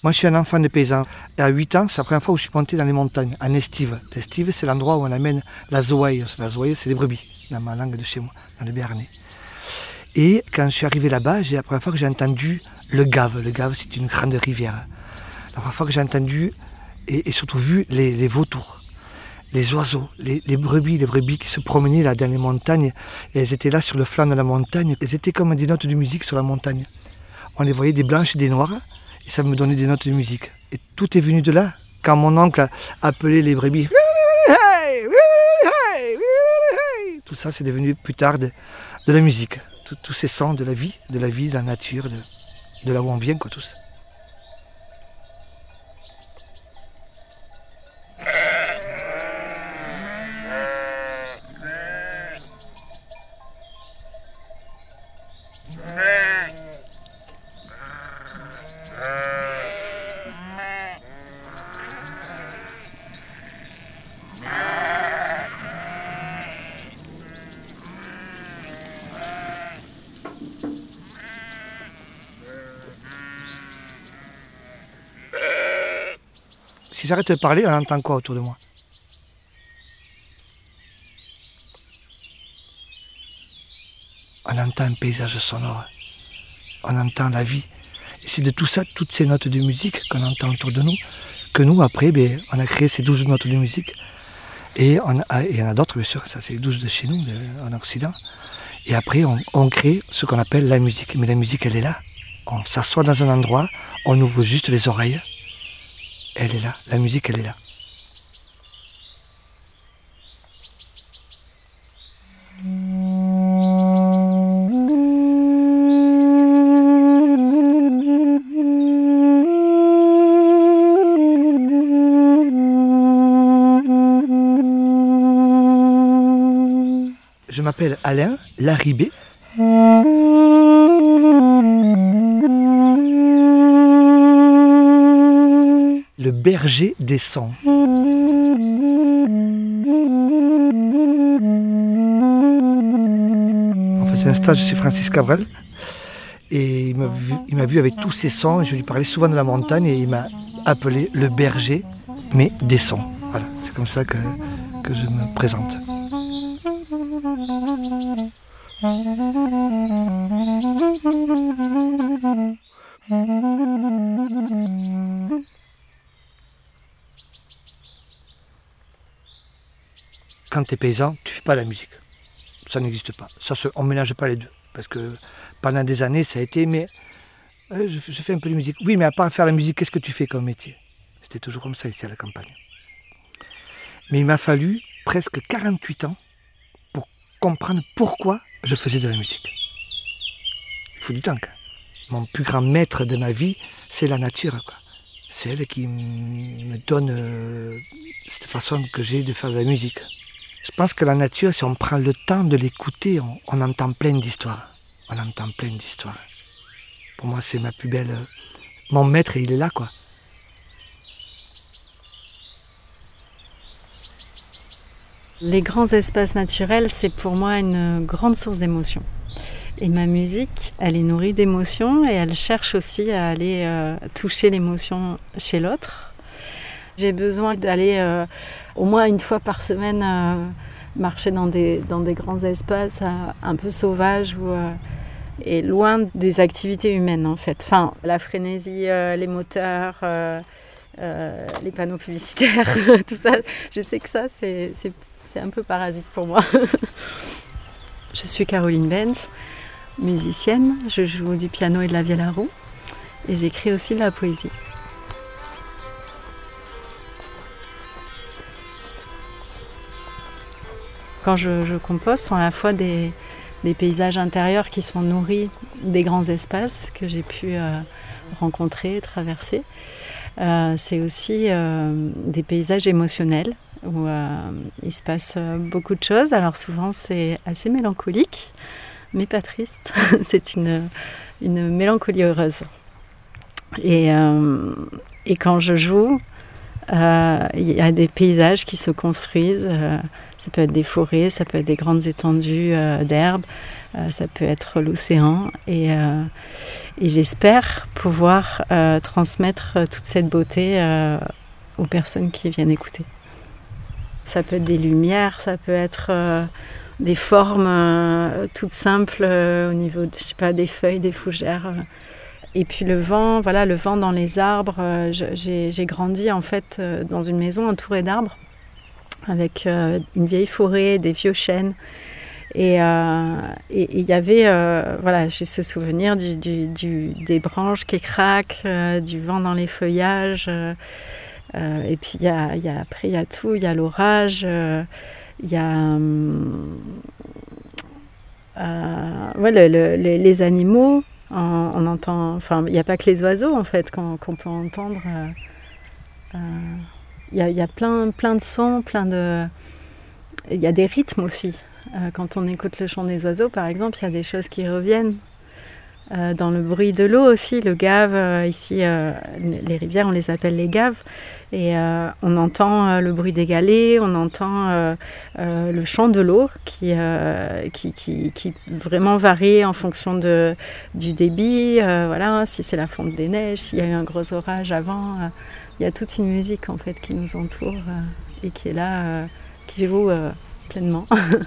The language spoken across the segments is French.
Moi, je suis un enfant de paysan. Et à 8 ans, c'est la première fois où je suis monté dans les montagnes, en estive. L'estive, c'est l'endroit où on amène la zoaille. La zoaille, c'est les brebis, dans ma langue de chez moi, dans le Béarnais. Et quand je suis arrivé là-bas, c'est la première fois que j'ai entendu le Gave. Le Gave, c'est une grande rivière. La première fois que j'ai entendu et surtout vu les vautours, les oiseaux, les brebis qui se promenaient là dans les montagnes. Et elles étaient là sur le flanc de la montagne. Elles étaient comme des notes de musique sur la montagne. On les voyait des blanches et des noires. Et ça me donnait des notes de musique. Et tout est venu de là. Quand mon oncle appelait les brebis, tout ça c'est devenu plus tard de la musique. Tous ces sons de la vie, de la nature, de là où on vient, quoi, tous. Si j'arrête de parler, on entend quoi autour de moi? On entend un paysage sonore, on entend la vie. Et c'est de tout ça, toutes ces notes de musique qu'on entend autour de nous, que nous, après, on a créé ces 12 notes de musique. Et il y en a d'autres, bien sûr, ça c'est les 12 de chez nous, en Occident. Et après, on crée ce qu'on appelle la musique. Mais la musique, elle est là. On s'assoit dans un endroit, on ouvre juste les oreilles. Elle est là, la musique, elle est là. Je m'appelle Alain Larribé. Le berger des sons. On faisait un stage chez Francis Cabrel et il m'a vu avec tous ces sons. Je lui parlais souvent de la montagne et il m'a appelé le berger, mais des sons. Voilà, c'est comme ça que je me présente. Quand tu es paysan, tu ne fais pas la musique. Ça n'existe pas. On ne mélange pas les deux. Parce que pendant des années, ça a été, mais je fais un peu de musique. Oui, mais à part faire la musique, qu'est-ce que tu fais comme métier? C'était toujours comme ça ici à la campagne. Mais il m'a fallu presque 48 ans pour comprendre pourquoi je faisais de la musique. Il faut du temps. Mon plus grand maître de ma vie, c'est la nature, quoi. C'est elle qui me donne cette façon que j'ai de faire de la musique. Je pense que la nature, si on prend le temps de l'écouter, on entend plein d'histoires. On entend plein d'histoires. Pour moi, c'est ma plus belle... Mon maître, il est là, quoi. Les grands espaces naturels, c'est pour moi une grande source d'émotion. Et ma musique, elle est nourrie d'émotions et elle cherche aussi à aller toucher l'émotion chez l'autre. J'ai besoin d'aller au moins une fois par semaine marcher dans des grands espaces un peu sauvages et loin des activités humaines en fait. Enfin, la frénésie, les moteurs, les panneaux publicitaires, tout ça. Je sais que ça, c'est un peu parasite pour moi. Je suis Caroline Benz, musicienne. Je joue du piano et de la vielle à roue et j'écris aussi de la poésie. Quand je compose, ce sont à la fois des paysages intérieurs qui sont nourris des grands espaces que j'ai pu rencontrer, traverser. C'est aussi des paysages émotionnels où il se passe beaucoup de choses. Alors souvent c'est assez mélancolique, mais pas triste. C'est une mélancolie heureuse. Et quand je joue, il y a des paysages qui se construisent. Ça peut être des forêts, ça peut être des grandes étendues d'herbe, ça peut être l'océan. Et j'espère pouvoir transmettre toute cette beauté aux personnes qui viennent écouter. Ça peut être des lumières, ça peut être des formes toutes simples au niveau des feuilles, des fougères. Et puis le vent dans les arbres. J'ai grandi en fait dans une maison entourée d'arbres, avec une vieille forêt, des vieux chênes. Et il y avait j'ai ce souvenir des branches qui craquent, du vent dans les feuillages. Et puis après il y a tout, il y a l'orage, il y a les animaux. On entend, il n'y a pas que les oiseaux en fait qu'on peut entendre. Il y a plein de sons, il y a des rythmes aussi. Quand on écoute le chant des oiseaux, par exemple, il y a des choses qui reviennent. Dans le bruit de l'eau aussi, le gave, ici, les rivières, on les appelle les gaves. Et on entend le bruit des galets, on entend le chant de l'eau qui vraiment varie en fonction du débit. Si c'est la fonte des neiges, s'il y a eu un gros orage avant. Il y a toute une musique en fait qui nous entoure et qui est là, qui joue pleinement.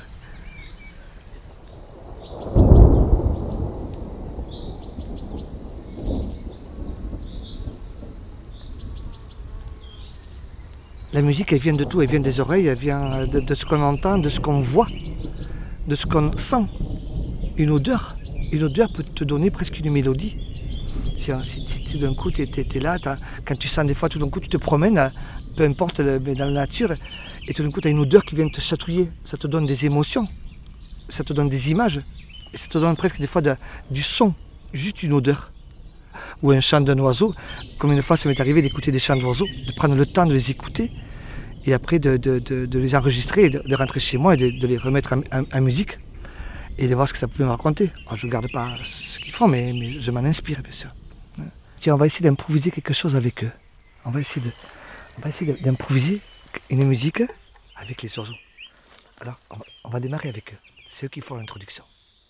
La musique, elle vient de tout, elle vient des oreilles, elle vient de ce qu'on entend, de ce qu'on voit, de ce qu'on sent. Une odeur peut te donner presque une mélodie. Si d'un coup tu es là, quand tu sens des fois, tout d'un coup tu te promènes, peu importe, mais dans la nature, et tout d'un coup tu as une odeur qui vient te chatouiller. Ça te donne des émotions, ça te donne des images, et ça te donne presque des fois du son, juste une odeur. Ou un chant d'un oiseau. Comme une fois ça m'est arrivé d'écouter des chants d'oiseaux, de prendre le temps de les écouter et après de les enregistrer, de rentrer chez moi et de les remettre en musique et de voir ce que ça pouvait me raconter. Alors, je ne garde pas ce qu'ils font, mais je m'en inspire bien sûr. Tiens, on va essayer d'improviser quelque chose avec eux. On va essayer d'improviser une musique avec les oiseaux. Alors on va démarrer avec eux. C'est eux qui font l'introduction.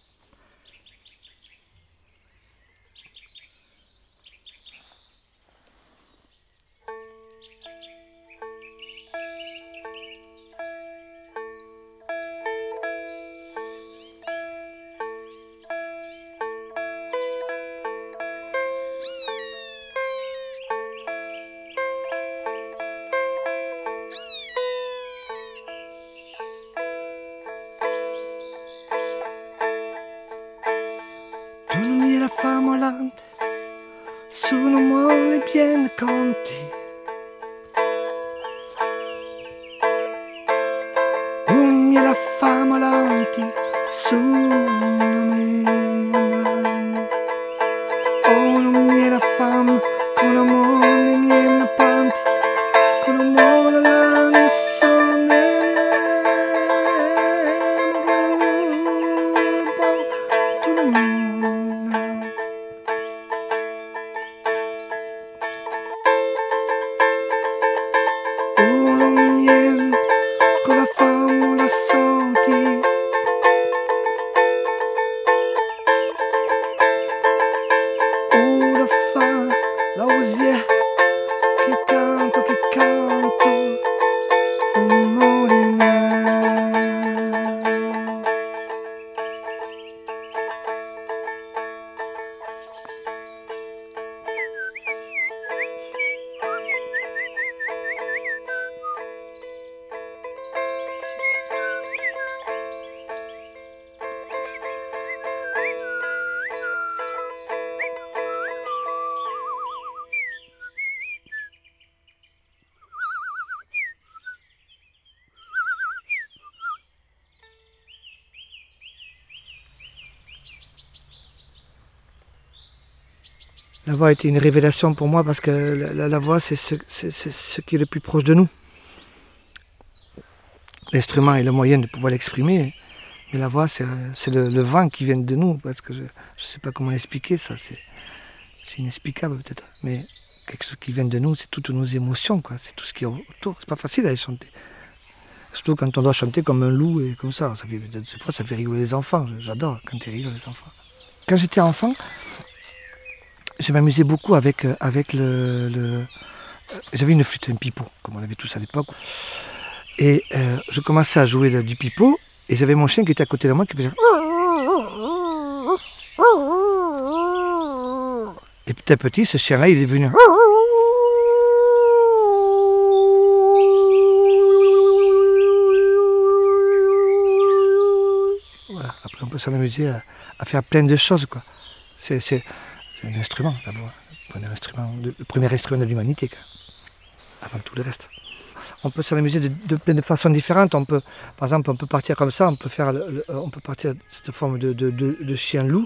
La femme volante sono mole piene conti. La femme volante sono mele. Oh, non mi è la fame con amore miei panti, con amore la sono La voix a été une révélation pour moi parce que la voix, c'est ce qui est le plus proche de nous. L'instrument est le moyen de pouvoir l'exprimer, mais la voix, c'est le vent qui vient de nous, parce que je ne sais pas comment l'expliquer, ça, c'est inexplicable peut-être, mais quelque chose qui vient de nous, c'est toutes nos émotions, quoi. C'est tout ce qui est autour. C'est pas facile à les chanter. Surtout quand on doit chanter comme un loup et comme ça. Des fois, ça fait rigoler les enfants. J'adore quand ils rigolent les enfants. Quand j'étais enfant, je m'amusais beaucoup avec j'avais une flûte, un pipeau, comme on avait tous à l'époque. Et je commençais à jouer du pipeau et j'avais mon chien qui était à côté de moi qui faisait... Et petit à petit, ce chien-là, il est venu... Voilà. Après, on peut s'en amuser à faire plein de choses, quoi. C'est un instrument, la voix. Le premier instrument de l'humanité, quoi. Avant tout le reste. On peut s'amuser de plein de façons différentes. Par exemple, on peut partir comme ça, on peut partir de cette forme de chien-loup.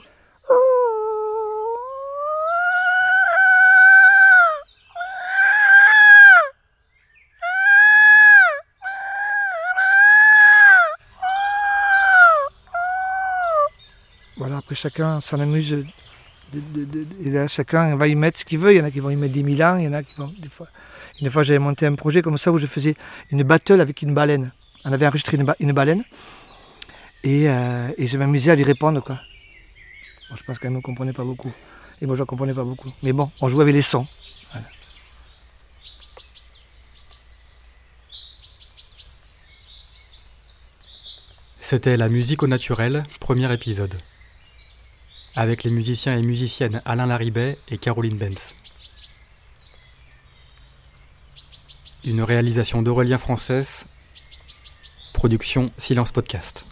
Voilà, après chacun s'en amuse. Et là, chacun va y mettre ce qu'il veut. Il y en a qui vont y mettre 10 000 ans, il y en a qui vont... Des fois. Une fois, j'avais monté un projet comme ça où je faisais une battle avec une baleine. On avait enregistré une baleine et je m'amusais à lui répondre, quoi. Bon, je pense qu'elle ne me comprenait pas beaucoup. Et moi, je ne comprenais pas beaucoup. Mais bon, on jouait avec les sons. Voilà. C'était La musique au naturel, premier épisode. Avec les musiciens et musiciennes Alain Larribey et Caroline Benz. Une réalisation d'Aurélien Frances, production Silence Podcast.